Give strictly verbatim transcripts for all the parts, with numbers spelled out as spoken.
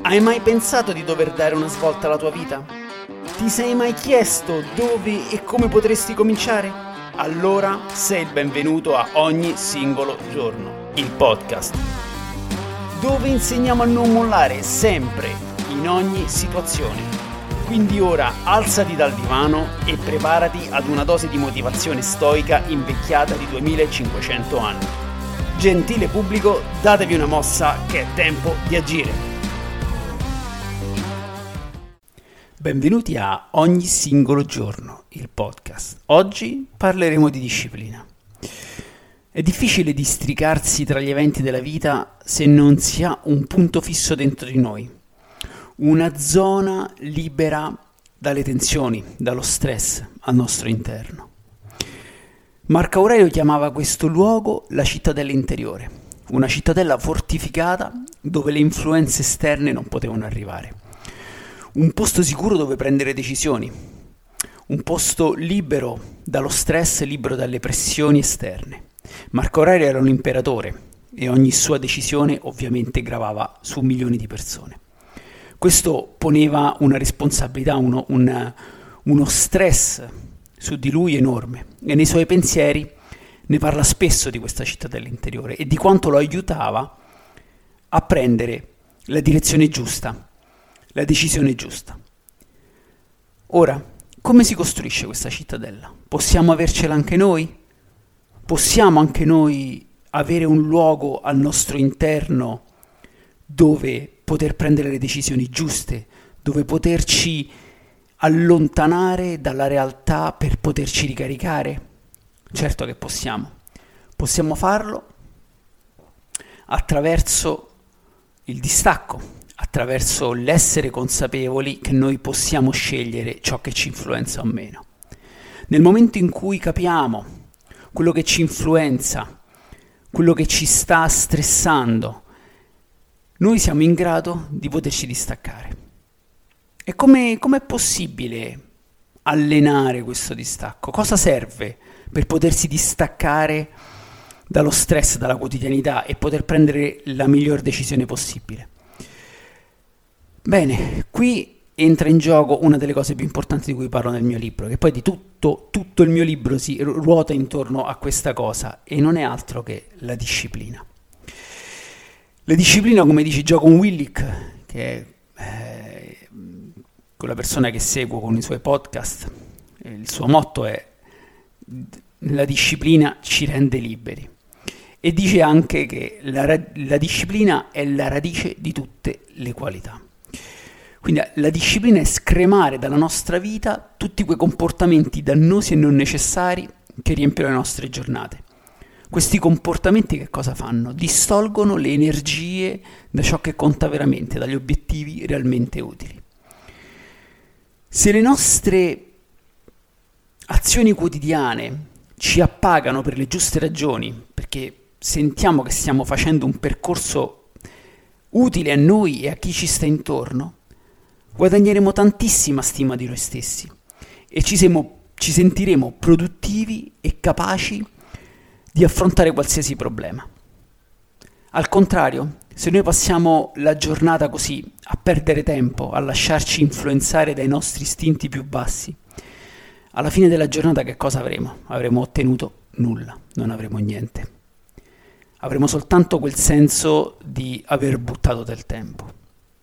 Hai mai pensato di dover dare una svolta alla tua vita? Ti sei mai chiesto dove e come potresti cominciare? Allora sei il benvenuto a Ogni Singolo Giorno, il podcast, dove insegniamo a non mollare sempre, in ogni situazione. Quindi ora alzati dal divano e preparati ad una dose di motivazione stoica invecchiata di duemilacinquecento anni. Gentile pubblico, datevi una mossa che è tempo di agire. Benvenuti a Ogni Singolo Giorno, il podcast. Oggi parleremo di disciplina. È difficile districarsi tra gli eventi della vita se non si ha un punto fisso dentro di noi, una zona libera dalle tensioni, dallo stress al nostro interno. Marco Aurelio chiamava questo luogo la cittadella interiore, una cittadella fortificata dove le influenze esterne non potevano arrivare. Un posto sicuro dove prendere decisioni, un posto libero dallo stress, libero dalle pressioni esterne. Marco Aurelio era un imperatore e ogni sua decisione ovviamente gravava su milioni di persone. Questo poneva una responsabilità, uno, un, uno stress su di lui enorme, e nei suoi pensieri ne parla spesso di questa cittadella interiore e di quanto lo aiutava a prendere la direzione giusta, la decisione giusta. Ora, come si costruisce questa cittadella? Possiamo avercela anche noi? Possiamo anche noi avere un luogo al nostro interno dove poter prendere le decisioni giuste, dove poterci allontanare dalla realtà per poterci ricaricare? Certo che possiamo. Possiamo farlo attraverso il distacco, attraverso l'essere consapevoli che noi possiamo scegliere ciò che ci influenza o meno. Nel momento in cui capiamo quello che ci influenza, quello che ci sta stressando, noi siamo in grado di poterci distaccare. E come è possibile allenare questo distacco? Cosa serve per potersi distaccare dallo stress, dalla quotidianità e poter prendere la miglior decisione possibile? Bene, qui entra in gioco una delle cose più importanti di cui parlo nel mio libro, che poi di tutto, tutto il mio libro si ruota intorno a questa cosa, e non è altro che la disciplina. La disciplina, come dice Jocko Willink, che è eh, quella persona che seguo con i suoi podcast, il suo motto è: la disciplina ci rende liberi. E dice anche che la, la disciplina è la radice di tutte le qualità. Quindi la disciplina è scremare dalla nostra vita tutti quei comportamenti dannosi e non necessari che riempiono le nostre giornate. Questi comportamenti che cosa fanno? Distolgono le energie da ciò che conta veramente, dagli obiettivi realmente utili. Se le nostre azioni quotidiane ci appagano per le giuste ragioni, perché sentiamo che stiamo facendo un percorso utile a noi e a chi ci sta intorno, guadagneremo tantissima stima di noi stessi e ci, siamo, ci sentiremo produttivi e capaci di affrontare qualsiasi problema. Al contrario, se noi passiamo la giornata così, a perdere tempo, a lasciarci influenzare dai nostri istinti più bassi, alla fine della giornata che cosa avremo? Avremo ottenuto nulla, non avremo niente. Avremo soltanto quel senso di aver buttato del tempo.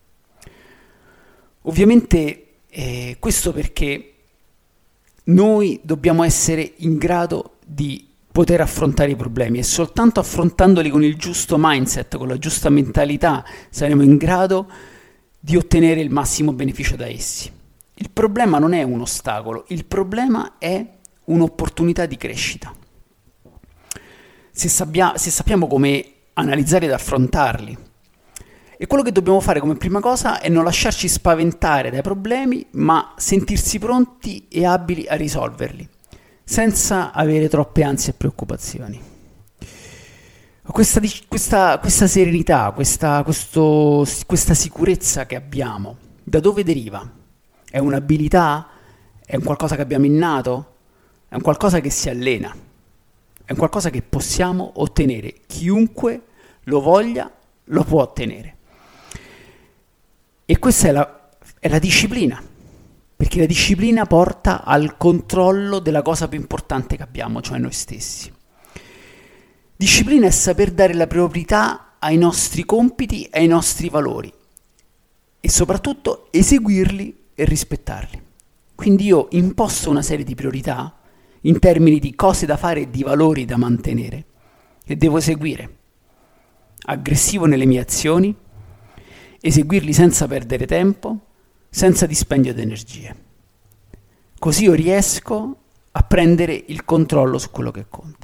Ovviamente eh, questo perché noi dobbiamo essere in grado di poter affrontare i problemi, e soltanto affrontandoli con il giusto mindset, con la giusta mentalità, saremo in grado di ottenere il massimo beneficio da essi. Il problema non è un ostacolo, il problema è un'opportunità di crescita. Se, sabbia, se sappiamo come analizzare ed affrontarli, e quello che dobbiamo fare come prima cosa è non lasciarci spaventare dai problemi, ma sentirsi pronti e abili a risolverli, senza avere troppe ansie e preoccupazioni. Questa, questa, questa serenità, questa, questo, questa sicurezza che abbiamo, da dove deriva? È un'abilità? È un qualcosa che abbiamo innato? È un qualcosa che si allena? È un qualcosa che possiamo ottenere? Chiunque lo voglia lo può ottenere. E questa è la, è la disciplina, perché la disciplina porta al controllo della cosa più importante che abbiamo, cioè noi stessi. Disciplina è saper dare la priorità ai nostri compiti e ai nostri valori e soprattutto eseguirli e rispettarli. Quindi io imposto una serie di priorità in termini di cose da fare e di valori da mantenere e devo eseguire. Aggressivo nelle mie azioni, eseguirli senza perdere tempo, senza dispendio di energie. Così io riesco a prendere il controllo su quello che conta.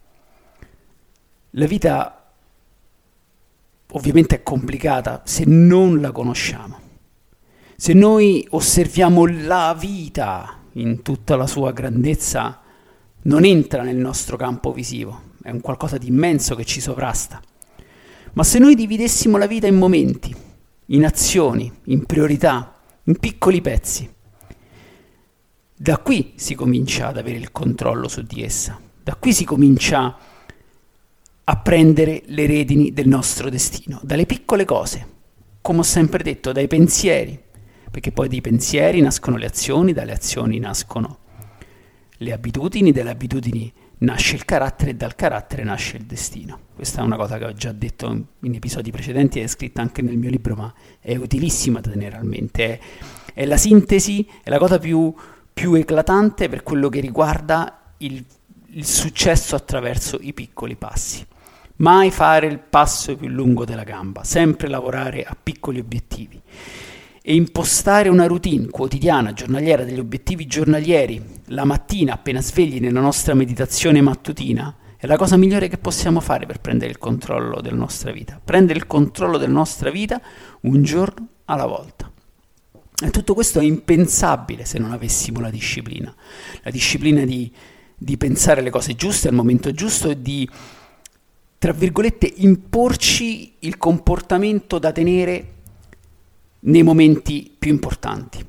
La vita ovviamente è complicata se non la conosciamo. Se noi osserviamo la vita in tutta la sua grandezza, non entra nel nostro campo visivo, è un qualcosa di immenso che ci sovrasta. Ma se noi dividessimo la vita in momenti, in azioni, in priorità, in piccoli pezzi, da qui si comincia ad avere il controllo su di essa, da qui si comincia a prendere le redini del nostro destino, dalle piccole cose, come ho sempre detto, dai pensieri, perché poi dai pensieri nascono le azioni, dalle azioni nascono le abitudini, dalle abitudini nasce il carattere e dal carattere nasce il destino. Questa è una cosa che ho già detto in episodi precedenti e è scritta anche nel mio libro, ma è utilissima da tenere a mente. È, è la sintesi, è la cosa più, più eclatante per quello che riguarda il, il successo attraverso i piccoli passi. Mai fare il passo più lungo della gamba, sempre lavorare a piccoli obiettivi e impostare una routine quotidiana, giornaliera, degli obiettivi giornalieri la mattina appena svegli nella nostra meditazione mattutina è la cosa migliore che possiamo fare per prendere il controllo della nostra vita, prendere il controllo della nostra vita un giorno alla volta. E tutto questo è impensabile se non avessimo la disciplina, la disciplina di, di pensare le cose giuste al momento giusto e di, tra virgolette, imporci il comportamento da tenere nei momenti più importanti.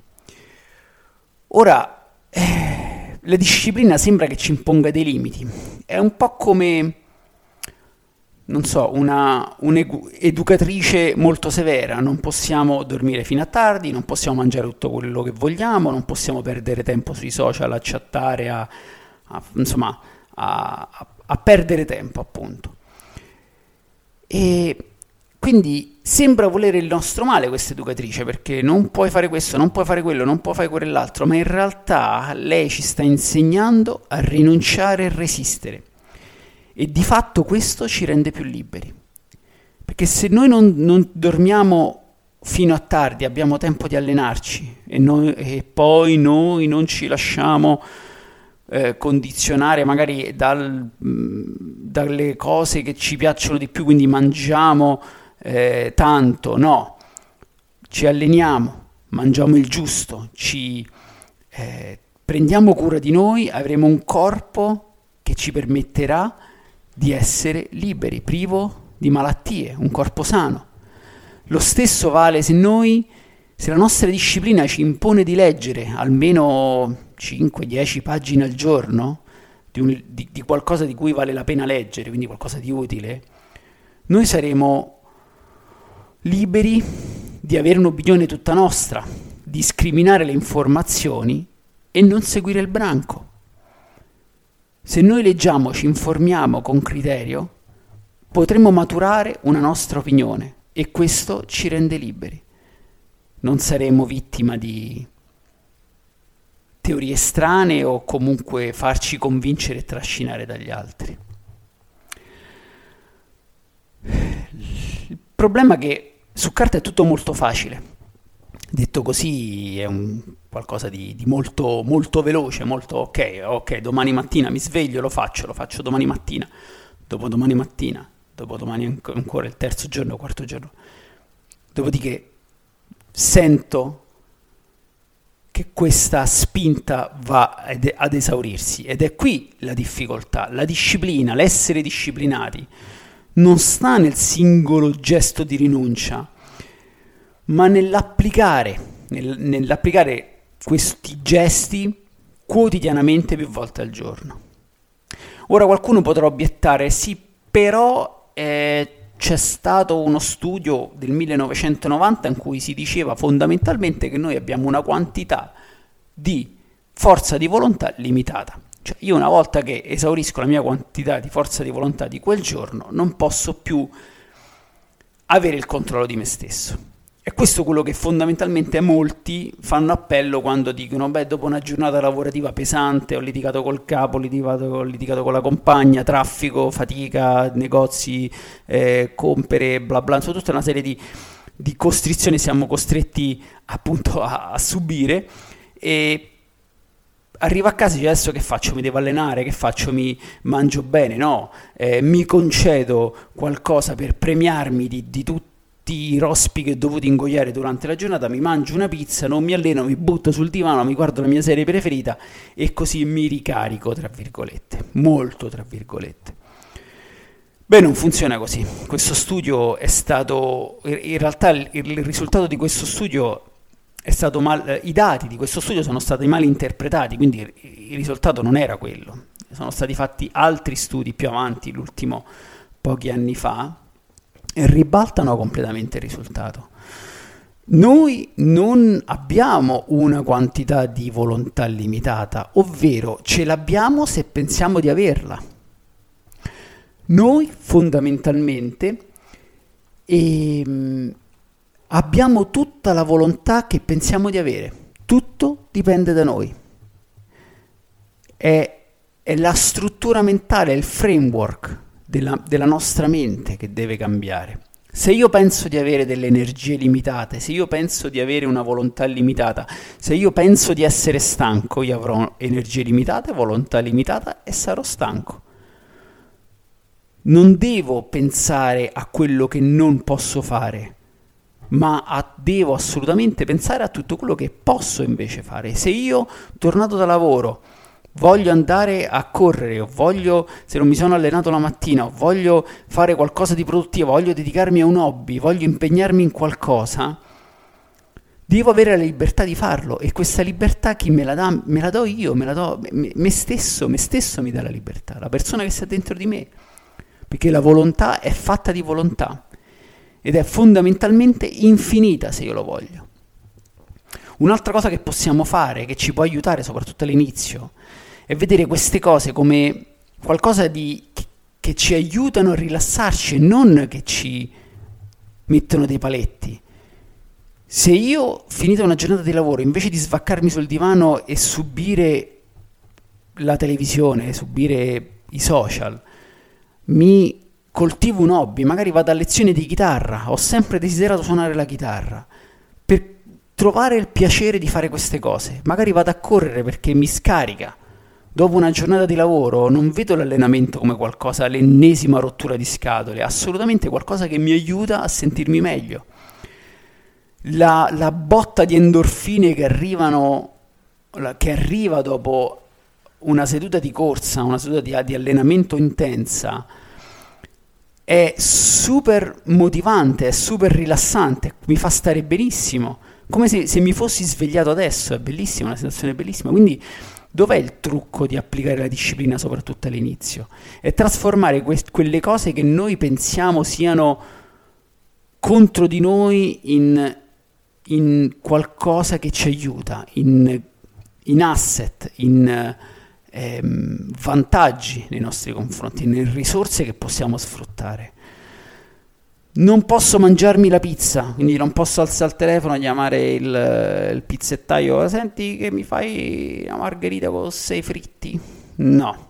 Ora, eh, la disciplina sembra che ci imponga dei limiti. È un po' come, non so, una un'educatrice molto severa. Non possiamo dormire fino a tardi, non possiamo mangiare tutto quello che vogliamo, non possiamo perdere tempo sui social a chattare, a, a, insomma, a, a, a perdere tempo, appunto. E quindi sembra volere il nostro male questa educatrice, perché non puoi fare questo, non puoi fare quello, non puoi fare quell'altro, ma in realtà lei ci sta insegnando a rinunciare e resistere. E di fatto questo ci rende più liberi. Perché se noi non, non dormiamo fino a tardi, abbiamo tempo di allenarci e, noi, e poi noi non ci lasciamo eh, condizionare magari dal, mh, dalle cose che ci piacciono di più, quindi mangiamo Eh, tanto, no, ci alleniamo, mangiamo il giusto, ci eh, prendiamo cura di noi, avremo un corpo che ci permetterà di essere liberi, privo di malattie, un corpo sano. Lo stesso vale se noi, se la nostra disciplina ci impone di leggere almeno cinque dieci pagine al giorno di, un, di, di qualcosa di cui vale la pena leggere, quindi qualcosa di utile, noi saremo liberi di avere un'opinione tutta nostra, di discriminare le informazioni e non seguire il branco. Se noi leggiamo, ci informiamo con criterio, potremo maturare una nostra opinione e questo ci rende liberi. Non saremo vittima di teorie strane o comunque farci convincere e trascinare dagli altri. Il problema è che su carta è tutto molto facile, detto così è un qualcosa di, di molto, molto veloce, molto ok, ok, domani mattina mi sveglio, lo faccio, lo faccio domani mattina, dopodomani mattina, dopodomani ancora il terzo giorno, il quarto giorno, dopodiché sento che questa spinta va ad, ad esaurirsi ed è qui la difficoltà, la disciplina, l'essere disciplinati. Non sta nel singolo gesto di rinuncia, ma nell'applicare, nel, nell'applicare questi gesti quotidianamente più volte al giorno. Ora qualcuno potrà obiettare, sì, però eh, c'è stato uno studio del millenovecentonovanta in cui si diceva fondamentalmente che noi abbiamo una quantità di forza di volontà limitata. Cioè io una volta che esaurisco la mia quantità di forza di volontà di quel giorno non posso più avere il controllo di me stesso. E questo è quello che fondamentalmente molti fanno appello quando dicono beh, dopo una giornata lavorativa pesante ho litigato col capo, ho litigato, ho litigato con la compagna, traffico, fatica, negozi, eh, compere, bla bla, insomma tutta una serie di, di costrizioni siamo costretti appunto a, a subire, e arrivo a casa e dico adesso che faccio? Mi devo allenare? Che faccio? Mi mangio bene? No, eh, mi concedo qualcosa per premiarmi di, di tutto i rospi che ho dovuto ingoiare durante la giornata, mi mangio una pizza, non mi alleno, mi butto sul divano, mi guardo la mia serie preferita e così mi ricarico, tra virgolette, molto tra virgolette. Beh, non funziona così. Questo studio è stato, in realtà il, il risultato di questo studio è stato mal, i dati di questo studio sono stati mal interpretati, quindi il risultato non era quello. Sono stati fatti altri studi più avanti, l'ultimo pochi anni fa, e ribaltano completamente il risultato. Noi non abbiamo una quantità di volontà limitata, ovvero ce l'abbiamo se pensiamo di averla. Noi fondamentalmente ehm, abbiamo tutta la volontà che pensiamo di avere, tutto dipende da noi. È, è la struttura mentale, è il framework Della, della nostra mente che deve cambiare. Se io penso di avere delle energie limitate, se io penso di avere una volontà limitata, se io penso di essere stanco, io avrò energie limitate, volontà limitata e sarò stanco. Non devo pensare a quello che non posso fare, ma a, devo assolutamente pensare a tutto quello che posso invece fare. Se io, tornato da lavoro, voglio andare a correre, o voglio, se non mi sono allenato la mattina, o voglio fare qualcosa di produttivo, voglio dedicarmi a un hobby, voglio impegnarmi in qualcosa, devo avere la libertà di farlo, e questa libertà chi me la dà? Me la do io, me la do me, me stesso, me stesso mi dà la libertà, la persona che sta dentro di me, perché la volontà è fatta di volontà ed è fondamentalmente infinita se io lo voglio. Un'altra cosa che possiamo fare, che ci può aiutare soprattutto all'inizio, è vedere queste cose come qualcosa di, che, che ci aiutano a rilassarci e non che ci mettono dei paletti. Se io, finita una giornata di lavoro, invece di svaccarmi sul divano e subire la televisione, subire i social, mi coltivo un hobby, magari vado a lezione di chitarra, ho sempre desiderato suonare la chitarra, per trovare il piacere di fare queste cose, magari vado a correre perché mi scarica. Dopo una giornata di lavoro non vedo l'allenamento come qualcosa, l'ennesima rottura di scatole, assolutamente qualcosa che mi aiuta a sentirmi meglio. La, la botta di endorfine che arrivano, che arriva dopo una seduta di corsa, una seduta di, di allenamento intensa, è super motivante, è super rilassante, mi fa stare benissimo, come se, se mi fossi svegliato adesso, è bellissima, una sensazione bellissima. Quindi dov'è il trucco di applicare la disciplina soprattutto all'inizio? È trasformare que- quelle cose che noi pensiamo siano contro di noi in, in qualcosa che ci aiuta, in, in asset, in ehm, vantaggi nei nostri confronti, in risorse che possiamo sfruttare. Non posso mangiarmi la pizza, quindi non posso alzare il telefono e chiamare il, il pizzettaio, senti che mi fai una margherita con sei fritti? No.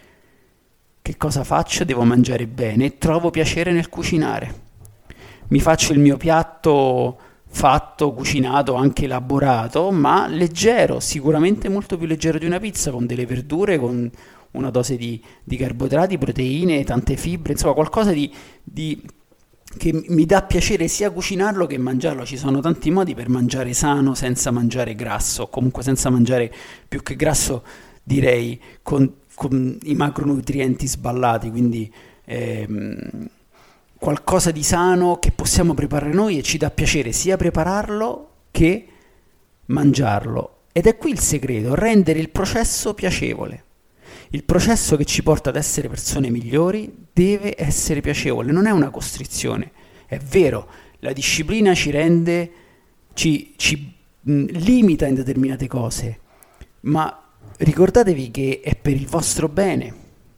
Che cosa faccio? Devo mangiare bene e trovo piacere nel cucinare. Mi faccio il mio piatto fatto, cucinato, anche elaborato, ma leggero, sicuramente molto più leggero di una pizza, con delle verdure, con una dose di, di carboidrati, proteine, tante fibre, insomma qualcosa di... di che mi dà piacere sia cucinarlo che mangiarlo. Ci sono tanti modi per mangiare sano senza mangiare grasso, o comunque senza mangiare più che grasso, direi con, con i macronutrienti sballati, quindi ehm, qualcosa di sano che possiamo preparare noi e ci dà piacere sia prepararlo che mangiarlo. Ed è qui il segreto, rendere il processo piacevole. Il processo che ci porta ad essere persone migliori deve essere piacevole, non è una costrizione. È vero, la disciplina ci rende, ci, ci mh, limita in determinate cose, ma ricordatevi che è per il vostro bene.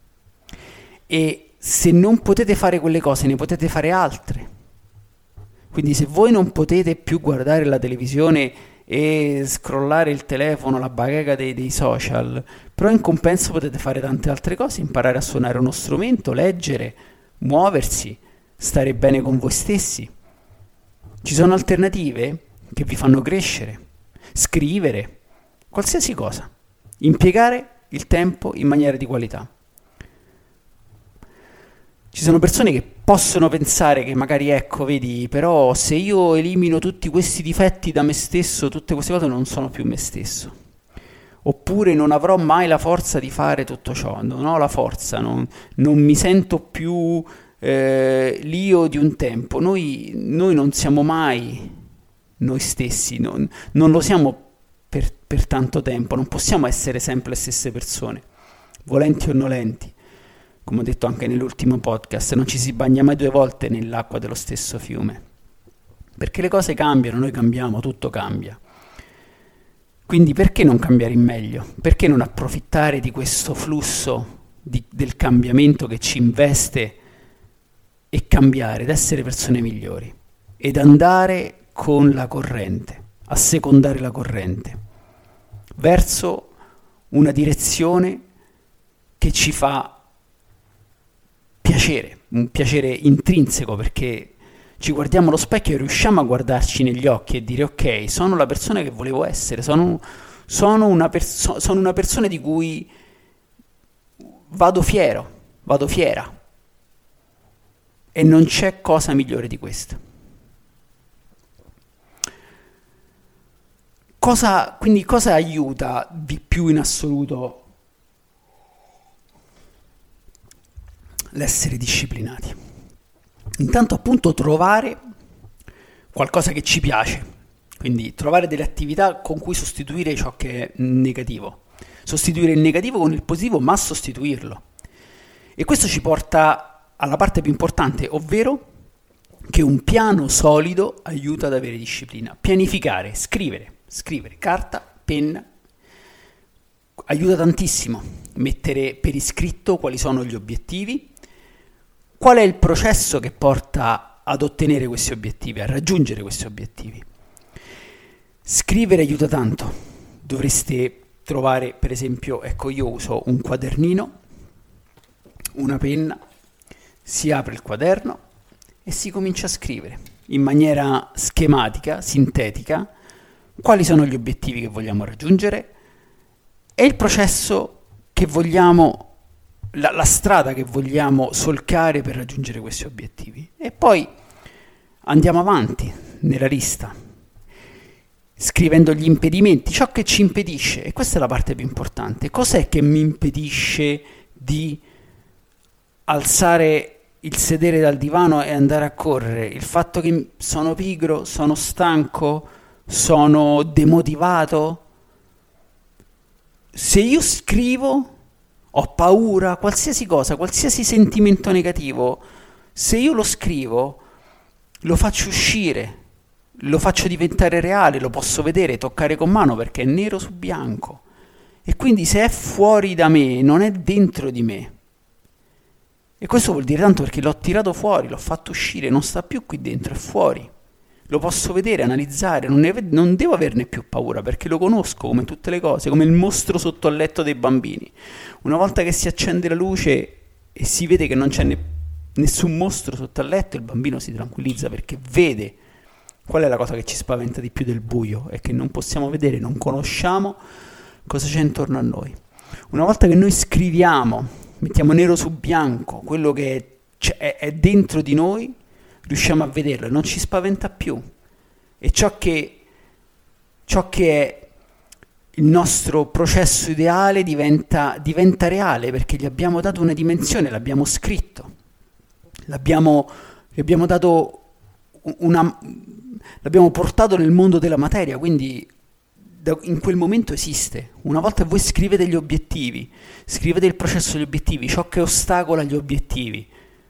E se non potete fare quelle cose, ne potete fare altre. Quindi se voi non potete più guardare la televisione e scrollare il telefono, la bacheca dei, dei social, però in compenso potete fare tante altre cose, imparare a suonare uno strumento, leggere, muoversi, stare bene con voi stessi. Ci sono alternative che vi fanno crescere, scrivere, qualsiasi cosa, impiegare il tempo in maniera di qualità. Ci sono persone che possono pensare che magari, ecco, vedi, però se io elimino tutti questi difetti da me stesso, tutte queste cose, non sono più me stesso. Oppure non avrò mai la forza di fare tutto ciò, non ho la forza, non, non mi sento più eh, l'io di un tempo. Noi, noi non siamo mai noi stessi, non, non lo siamo per, per tanto tempo, non possiamo essere sempre le stesse persone, volenti o nolenti. Come ho detto anche nell'ultimo podcast, non ci si bagna mai due volte nell'acqua dello stesso fiume, perché le cose cambiano, noi cambiamo, tutto cambia. Quindi perché non cambiare in meglio? Perché non approfittare di questo flusso di, del cambiamento che ci investe e cambiare, ed essere persone migliori ed andare con la corrente, assecondare la corrente verso una direzione che ci fa piacere, un piacere intrinseco, perché ci guardiamo allo specchio e riusciamo a guardarci negli occhi e dire ok, sono la persona che volevo essere, sono, sono, una, perso- sono una persona di cui vado fiero, vado fiera, e non c'è cosa migliore di questo. Cosa, quindi cosa aiuta di più in assoluto l'essere disciplinati? Intanto appunto trovare qualcosa che ci piace, quindi trovare delle attività con cui sostituire ciò che è negativo, sostituire il negativo con il positivo, ma sostituirlo. E questo ci porta alla parte più importante, ovvero che un piano solido aiuta ad avere disciplina. Pianificare, scrivere, scrivere, carta, penna, aiuta tantissimo. Mettere per iscritto quali sono gli obiettivi, qual è il processo che porta ad ottenere questi obiettivi, a raggiungere questi obiettivi. Scrivere aiuta tanto. Dovreste trovare, per esempio, ecco, io uso un quadernino, una penna, si apre il quaderno e si comincia a scrivere in maniera schematica, sintetica, quali sono gli obiettivi che vogliamo raggiungere e il processo che vogliamo, la, la strada che vogliamo solcare per raggiungere questi obiettivi. E poi andiamo avanti nella lista, scrivendo gli impedimenti, ciò che ci impedisce, e questa è la parte più importante. Cos'è che mi impedisce di alzare il sedere dal divano e andare a correre? Il fatto che sono pigro, sono stanco, sono demotivato? Se io scrivo, ho paura, qualsiasi cosa, qualsiasi sentimento negativo, se io lo scrivo, lo faccio uscire, lo faccio diventare reale, lo posso vedere, toccare con mano perché è nero su bianco. E quindi se è fuori da me, non è dentro di me. E questo vuol dire tanto, perché l'ho tirato fuori, l'ho fatto uscire, non sta più qui dentro, è fuori. Lo posso vedere, analizzare, non, ne, non devo averne più paura, perché lo conosco come tutte le cose, come il mostro sotto il letto dei bambini. Una volta che si accende la luce e si vede che non c'è ne, nessun mostro sotto al letto, il bambino si tranquillizza perché vede. Qual è la cosa che ci spaventa di più del buio? È che non possiamo vedere, non conosciamo cosa c'è intorno a noi. Una volta che noi scriviamo, mettiamo nero su bianco quello che è, è, è dentro di noi, riusciamo a vederlo e non ci spaventa più. E ciò che, ciò che è il nostro processo ideale diventa, diventa reale, perché gli abbiamo dato una dimensione, l'abbiamo scritto, l'abbiamo, gli abbiamo dato una, l'abbiamo portato nel mondo della materia, quindi da, in quel momento esiste. Una volta voi scrivete gli obiettivi, scrivete il processo degli obiettivi, ciò che ostacola gli obiettivi.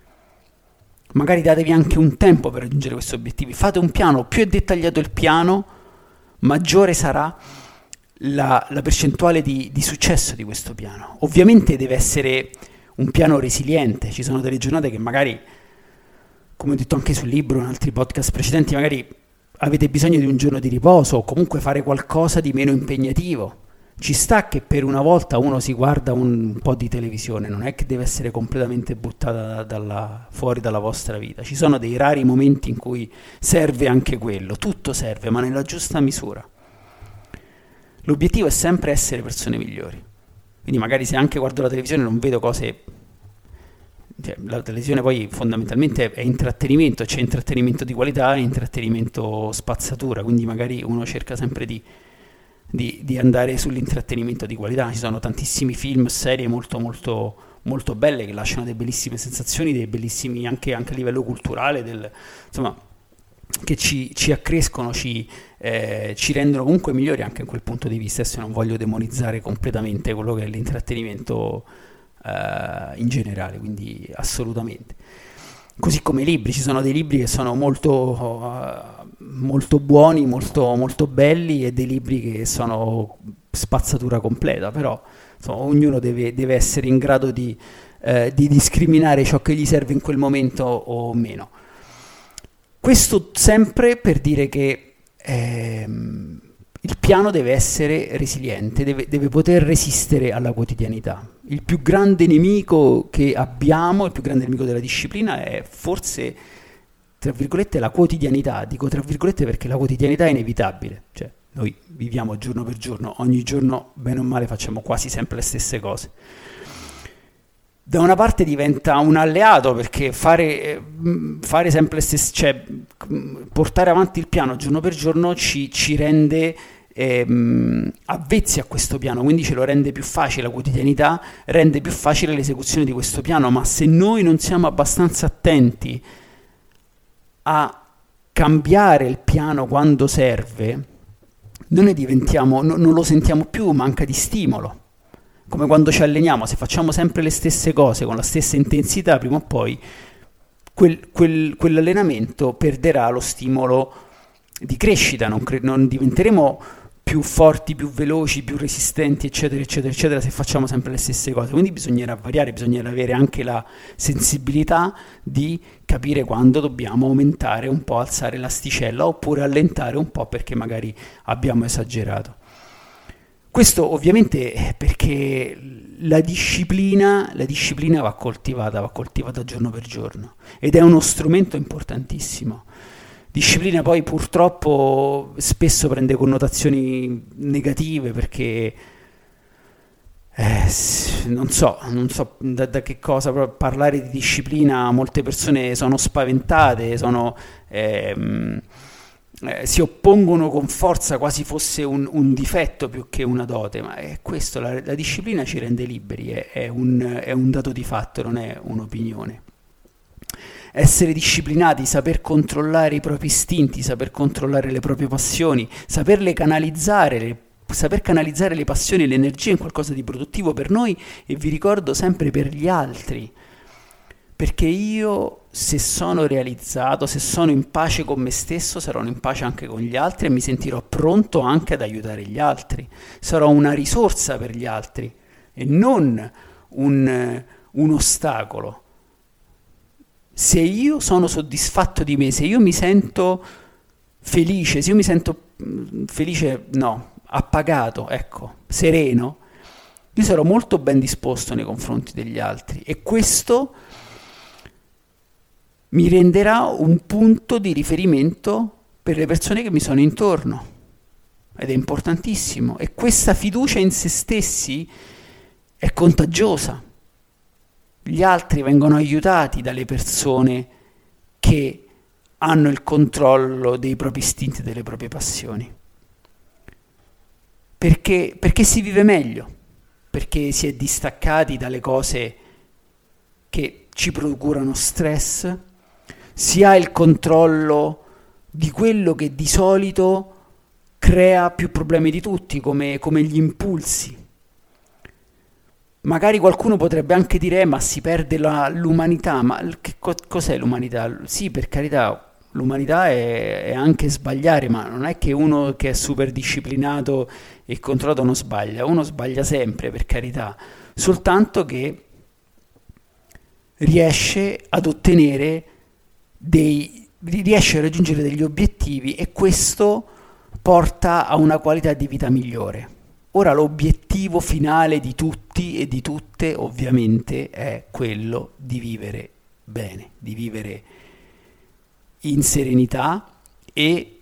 Magari datevi anche un tempo per raggiungere questi obiettivi. Fate un piano, più è dettagliato il piano, maggiore sarà la, la percentuale di, di successo di questo piano. Ovviamente deve essere un piano resiliente. Ci sono delle giornate che magari, come ho detto anche sul libro, in altri podcast precedenti, magari avete bisogno di un giorno di riposo o comunque fare qualcosa di meno impegnativo. Ci sta che per una volta uno si guarda un po' di televisione, non è che deve essere completamente buttata dalla, fuori dalla vostra vita. Ci sono dei rari momenti in cui serve anche quello, tutto serve, ma nella giusta misura. L'obiettivo è sempre essere persone migliori. Quindi magari se anche guardo la televisione non vedo cose... Cioè, la televisione poi fondamentalmente è intrattenimento, c'è intrattenimento di qualità e intrattenimento spazzatura, quindi magari uno cerca sempre di... Di, di andare sull'intrattenimento di qualità. Ci sono tantissimi film, serie molto molto molto belle che lasciano delle bellissime sensazioni, dei bellissimi anche, anche a livello culturale, del, insomma, che ci, ci accrescono, ci, eh, ci rendono comunque migliori anche in quel punto di vista. Adesso non voglio demonizzare completamente quello che è l'intrattenimento eh, in generale, quindi assolutamente. Così come i libri, ci sono dei libri che sono molto, uh, molto buoni, molto, molto belli, e dei libri che sono spazzatura completa, però insomma, ognuno deve, deve essere in grado di, eh, di discriminare ciò che gli serve in quel momento o meno. Questo sempre per dire che ehm, il piano deve essere resiliente, deve, deve poter resistere alla quotidianità. Il più grande nemico che abbiamo, il più grande nemico della disciplina è forse, tra virgolette, la quotidianità. Dico tra virgolette perché la quotidianità è inevitabile. Cioè, noi viviamo giorno per giorno, ogni giorno, bene o male, facciamo quasi sempre le stesse cose. Da una parte diventa un alleato, perché fare, fare sempre le stesse, cioè portare avanti il piano giorno per giorno ci, ci rende ehm, avvezzi a questo piano, quindi ce lo rende più facile. La quotidianità rende più facile l'esecuzione di questo piano, ma se noi non siamo abbastanza attenti a cambiare il piano quando serve, noi ne diventiamo, no, non lo sentiamo più, manca di stimolo. Come quando ci alleniamo, se facciamo sempre le stesse cose con la stessa intensità, prima o poi quel, quel, quell'allenamento perderà lo stimolo di crescita, non, cre- non diventeremo più forti, più veloci, più resistenti, eccetera, eccetera, eccetera, se facciamo sempre le stesse cose. Quindi bisognerà variare, bisognerà avere anche la sensibilità di capire quando dobbiamo aumentare un po', alzare l'asticella, oppure allentare un po' perché magari abbiamo esagerato. Questo ovviamente perché la disciplina, la disciplina va coltivata, va coltivata giorno per giorno, ed è uno strumento importantissimo. Disciplina poi purtroppo spesso prende connotazioni negative perché eh, non so, non so da, da che cosa, però parlare di disciplina molte persone sono spaventate, sono... Ehm, Eh, si oppongono con forza, quasi fosse un, un difetto più che una dote, ma è questo, la, la disciplina ci rende liberi, è, è, un, è un dato di fatto, non è un'opinione. Essere disciplinati, saper controllare i propri istinti, saper controllare le proprie passioni, saperle canalizzare, le, saper canalizzare le passioni e l'energia in qualcosa di produttivo per noi, e vi ricordo sempre per gli altri. Perché io, se sono realizzato, se sono in pace con me stesso, sarò in pace anche con gli altri e mi sentirò pronto anche ad aiutare gli altri. Sarò una risorsa per gli altri e non un, un ostacolo. Se io sono soddisfatto di me, se io mi sento felice, se io mi sento felice, no, appagato, ecco, sereno, io sarò molto ben disposto nei confronti degli altri, e questo mi renderà un punto di riferimento per le persone che mi sono intorno, ed è importantissimo. E questa fiducia in se stessi è contagiosa. Gli altri vengono aiutati dalle persone che hanno il controllo dei propri istinti e delle proprie passioni. Perché, perché si vive meglio, perché si è distaccati dalle cose che ci procurano stress, si ha il controllo di quello che di solito crea più problemi di tutti, come, come gli impulsi. Magari qualcuno potrebbe anche dire, eh, ma si perde la- l'umanità, ma l- che co- cos'è l'umanità? Sì, per carità, l'umanità è, è anche sbagliare, ma non è che uno che è super disciplinato e controllato non sbaglia, uno sbaglia sempre, per carità, soltanto che riesce ad ottenere dei, riesce a raggiungere degli obiettivi e questo porta a una qualità di vita migliore. Ora l'obiettivo finale di tutti e di tutte ovviamente è quello di vivere bene, di vivere in serenità e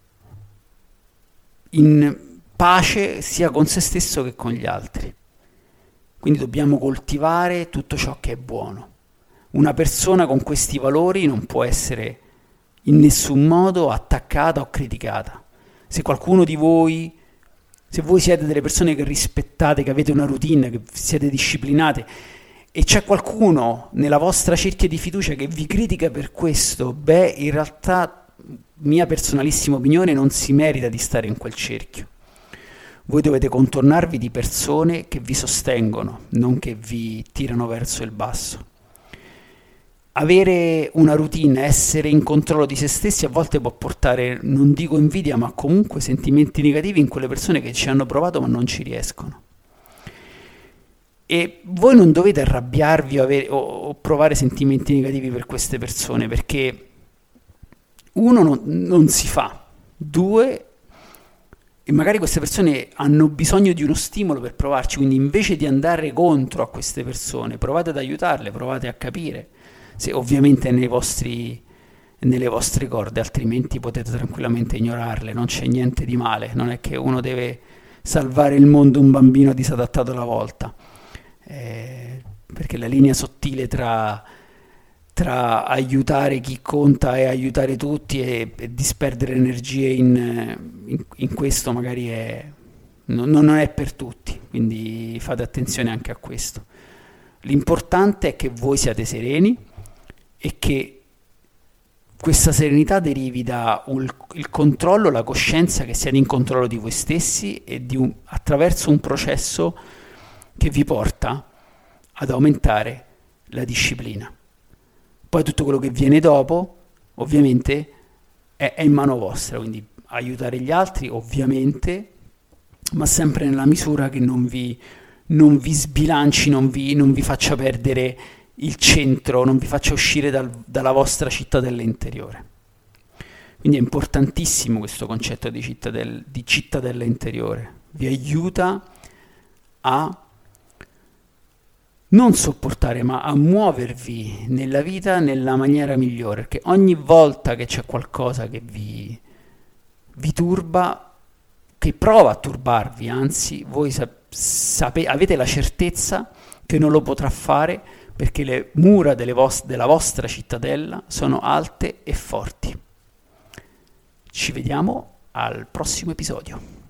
in pace sia con se stesso che con gli altri. Quindi dobbiamo coltivare tutto ciò che è buono. Una persona con questi valori non può essere in nessun modo attaccata o criticata. Se qualcuno di voi, se voi siete delle persone che rispettate, che avete una routine, che siete disciplinate e c'è qualcuno nella vostra cerchia di fiducia che vi critica per questo, beh, in realtà, mia personalissima opinione, non si merita di stare in quel cerchio. Voi dovete contornarvi di persone che vi sostengono, non che vi tirano verso il basso. Avere una routine, essere in controllo di se stessi a volte può portare, non dico invidia, ma comunque sentimenti negativi in quelle persone che ci hanno provato ma non ci riescono. E voi non dovete arrabbiarvi o, avere, o, o provare sentimenti negativi per queste persone, perché uno non, non si fa, due, e magari queste persone hanno bisogno di uno stimolo per provarci, quindi invece di andare contro a queste persone, provate ad aiutarle, provate a capire, se ovviamente è nei vostri, nelle vostre corde, altrimenti potete tranquillamente ignorarle, non c'è niente di male, non è che uno deve salvare il mondo un bambino disadattato alla volta, eh, perché la linea sottile tra, tra aiutare chi conta e aiutare tutti e, e disperdere energie in, in, in questo magari è, non, non è per tutti, quindi fate attenzione anche a questo. L'importante è che voi siate sereni e che questa serenità derivi da un, il controllo, la coscienza che siete in controllo di voi stessi e di un, attraverso un processo che vi porta ad aumentare la disciplina. Poi tutto quello che viene dopo, ovviamente, è, è in mano vostra, quindi aiutare gli altri, ovviamente, ma sempre nella misura che non vi, non vi sbilanci, non vi, non vi faccia perdere il centro, non vi faccia uscire dal, dalla vostra cittadella interiore. Quindi è importantissimo questo concetto di, cittadella, di cittadella interiore, vi aiuta a non sopportare ma a muovervi nella vita nella maniera migliore, perché ogni volta che c'è qualcosa che vi, vi turba, che prova a turbarvi, anzi voi sap- sape- avete la certezza che non lo potrà fare perché le mura delle vos- della vostra cittadella sono alte e forti. Ci vediamo al prossimo episodio.